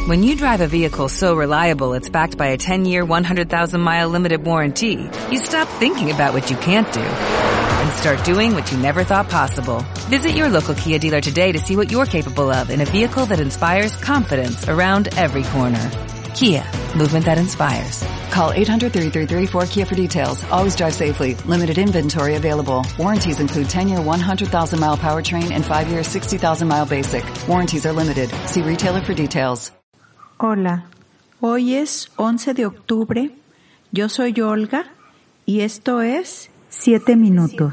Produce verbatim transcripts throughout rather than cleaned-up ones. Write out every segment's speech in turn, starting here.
When you drive a vehicle so reliable it's backed by a ten-year, one hundred thousand mile limited warranty, you stop thinking about what you can't do and start doing what you never thought possible. Visit your local Kia dealer today to see what you're capable of in a vehicle that inspires confidence around every corner. Kia, movement that inspires. Call eight hundred, three three three, four K I A for details. Always drive safely. Limited inventory available. Warranties include ten-year, one hundred thousand mile powertrain and five-year, sixty thousand mile basic. Warranties are limited. See retailer for details. Hola, hoy es once de octubre, yo soy Olga y esto es Siete Minutos.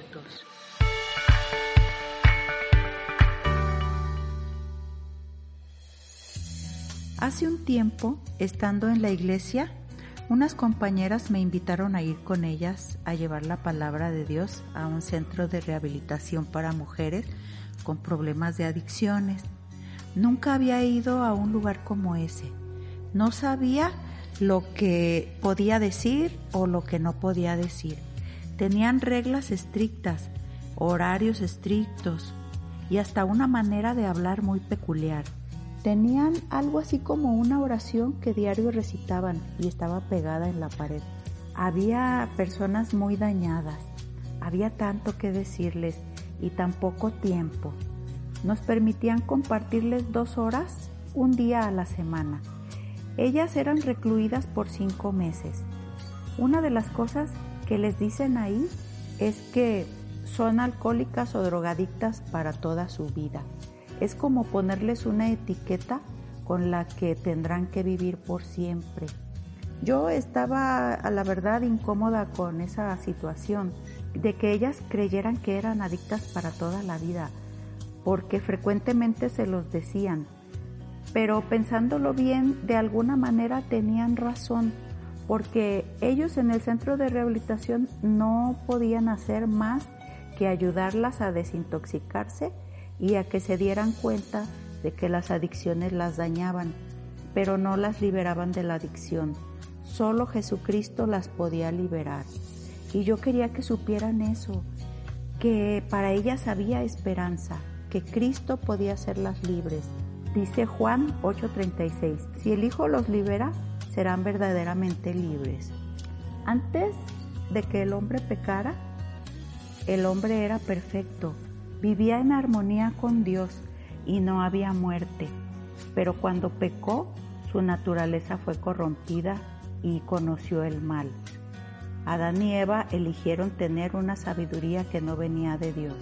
Hace un tiempo, estando en la iglesia, unas compañeras me invitaron a ir con ellas a llevar la palabra de Dios a un centro de rehabilitación para mujeres con problemas de adicciones. Nunca había ido a un lugar como ese. No sabía lo que podía decir o lo que no podía decir. Tenían reglas estrictas, horarios estrictos y hasta una manera de hablar muy peculiar. Tenían algo así como una oración que diario recitaban y estaba pegada en la pared. Había personas muy dañadas, había tanto que decirles y tan poco tiempo. Nos permitían compartirles dos horas, un día a la semana. Ellas eran recluidas por cinco meses. Una de las cosas que les dicen ahí es que son alcohólicas o drogadictas para toda su vida. Es como ponerles una etiqueta con la que tendrán que vivir por siempre. Yo estaba, a la verdad, incómoda con esa situación, de que ellas creyeran que eran adictas para toda la vida, porque frecuentemente se los decían, pero pensándolo bien, de alguna manera tenían razón, porque ellos en el centro de rehabilitación no podían hacer más que ayudarlas a desintoxicarse y a que se dieran cuenta de que las adicciones las dañaban, pero no las liberaban de la adicción. Solo Jesucristo las podía liberar. Y yo quería que supieran eso, que para ellas había esperanza, que Cristo podía hacerlas libres. Dice Juan ocho treinta y seis, si el Hijo los libera, serán verdaderamente libres. Antes de que el hombre pecara, el hombre era perfecto, vivía en armonía con Dios y no había muerte. Pero cuando pecó, su naturaleza fue corrompida y conoció el mal. Adán y Eva eligieron tener una sabiduría que no venía de Dios.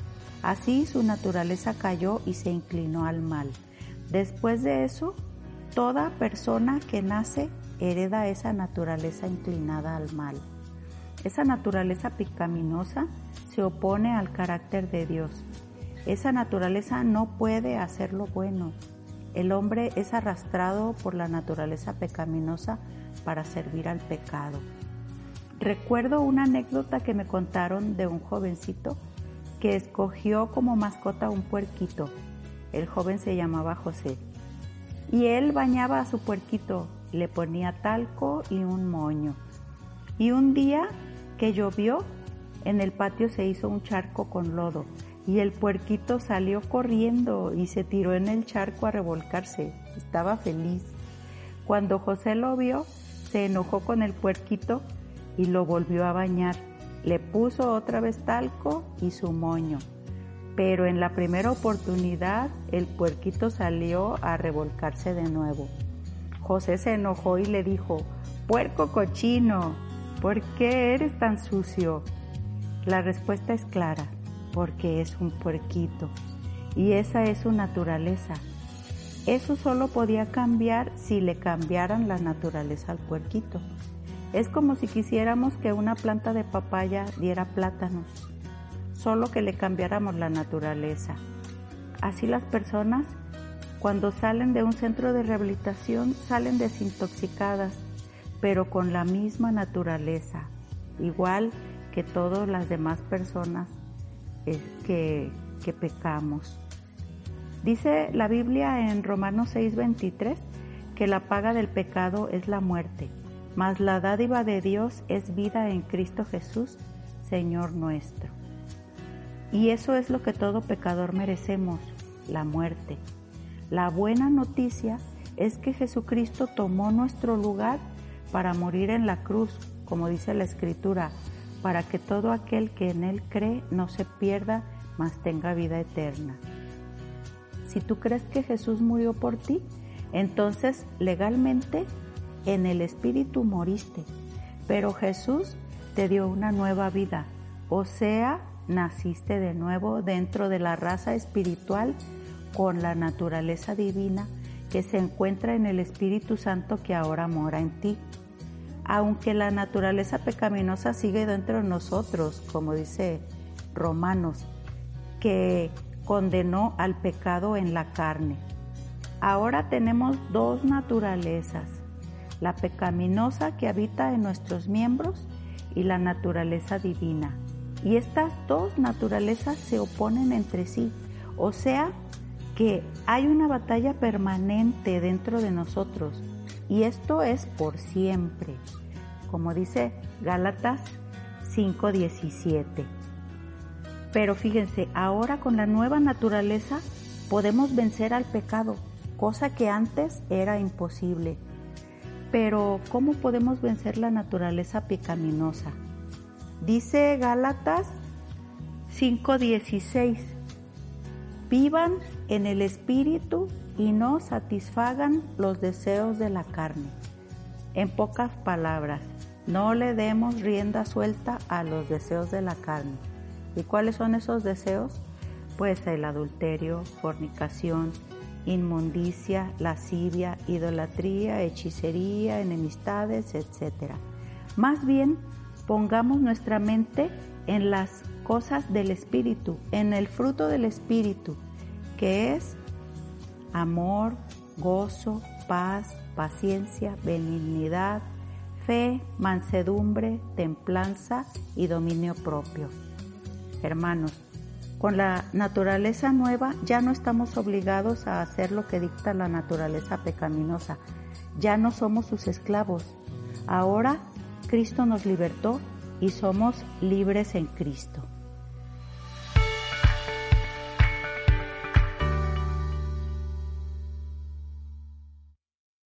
Así su naturaleza cayó y se inclinó al mal. Después de eso, toda persona que nace hereda esa naturaleza inclinada al mal. Esa naturaleza pecaminosa se opone al carácter de Dios. Esa naturaleza no puede hacer lo bueno. El hombre es arrastrado por la naturaleza pecaminosa para servir al pecado. Recuerdo una anécdota que me contaron de un jovencito que escogió como mascota un puerquito. El joven se llamaba José. Y él bañaba a su puerquito, le ponía talco y un moño. Y un día que llovió, en el patio se hizo un charco con lodo y el puerquito salió corriendo y se tiró en el charco a revolcarse. Estaba feliz. Cuando José lo vio, se enojó con el puerquito y lo volvió a bañar. Le puso otra vez talco y su moño. Pero en la primera oportunidad, el puerquito salió a revolcarse de nuevo. José se enojó y le dijo, «Puerco cochino, ¿por qué eres tan sucio?» La respuesta es clara, porque es un puerquito. Y esa es su naturaleza. Eso solo podía cambiar si le cambiaran la naturaleza al puerquito. Es como si quisiéramos que una planta de papaya diera plátanos, solo que le cambiáramos la naturaleza. Así las personas, cuando salen de un centro de rehabilitación, salen desintoxicadas, pero con la misma naturaleza, igual que todas las demás personas es que, que pecamos. Dice la Biblia en Romanos seis veintitrés que la paga del pecado es la muerte, mas la dádiva de Dios es vida en Cristo Jesús, Señor nuestro. Y eso es lo que todo pecador merecemos, la muerte. La buena noticia es que Jesucristo tomó nuestro lugar para morir en la cruz, como dice la Escritura, para que todo aquel que en Él cree no se pierda, mas tenga vida eterna. Si tú crees que Jesús murió por ti, entonces legalmente en el Espíritu moriste, pero Jesús te dio una nueva vida, o sea, naciste de nuevo dentro de la raza espiritual con la naturaleza divina que se encuentra en el Espíritu Santo que ahora mora en ti. Aunque la naturaleza pecaminosa sigue dentro de nosotros, como dice Romanos, que condenó al pecado en la carne. Ahora tenemos dos naturalezas, la pecaminosa que habita en nuestros miembros y la naturaleza divina. Y estas dos naturalezas se oponen entre sí, o sea que hay una batalla permanente dentro de nosotros, y esto es por siempre, como dice Gálatas cinco diecisiete. Pero fíjense, ahora con la nueva naturaleza podemos vencer al pecado, cosa que antes era imposible. Pero ¿cómo podemos vencer la naturaleza pecaminosa? Dice Gálatas cinco dieciséis, vivan en el Espíritu y no satisfagan los deseos de la carne. En pocas palabras, no le demos rienda suelta a los deseos de la carne. ¿Y cuáles son esos deseos? Pues el adulterio, fornicación, inmundicia, lascivia, idolatría, hechicería, enemistades, etcétera. Más bien, pongamos nuestra mente en las cosas del Espíritu, en el fruto del Espíritu, que es amor, gozo, paz, paciencia, benignidad, fe, mansedumbre, templanza y dominio propio. Hermanos, con la naturaleza nueva ya no estamos obligados a hacer lo que dicta la naturaleza pecaminosa. Ya no somos sus esclavos. Ahora Cristo nos libertó y somos libres en Cristo.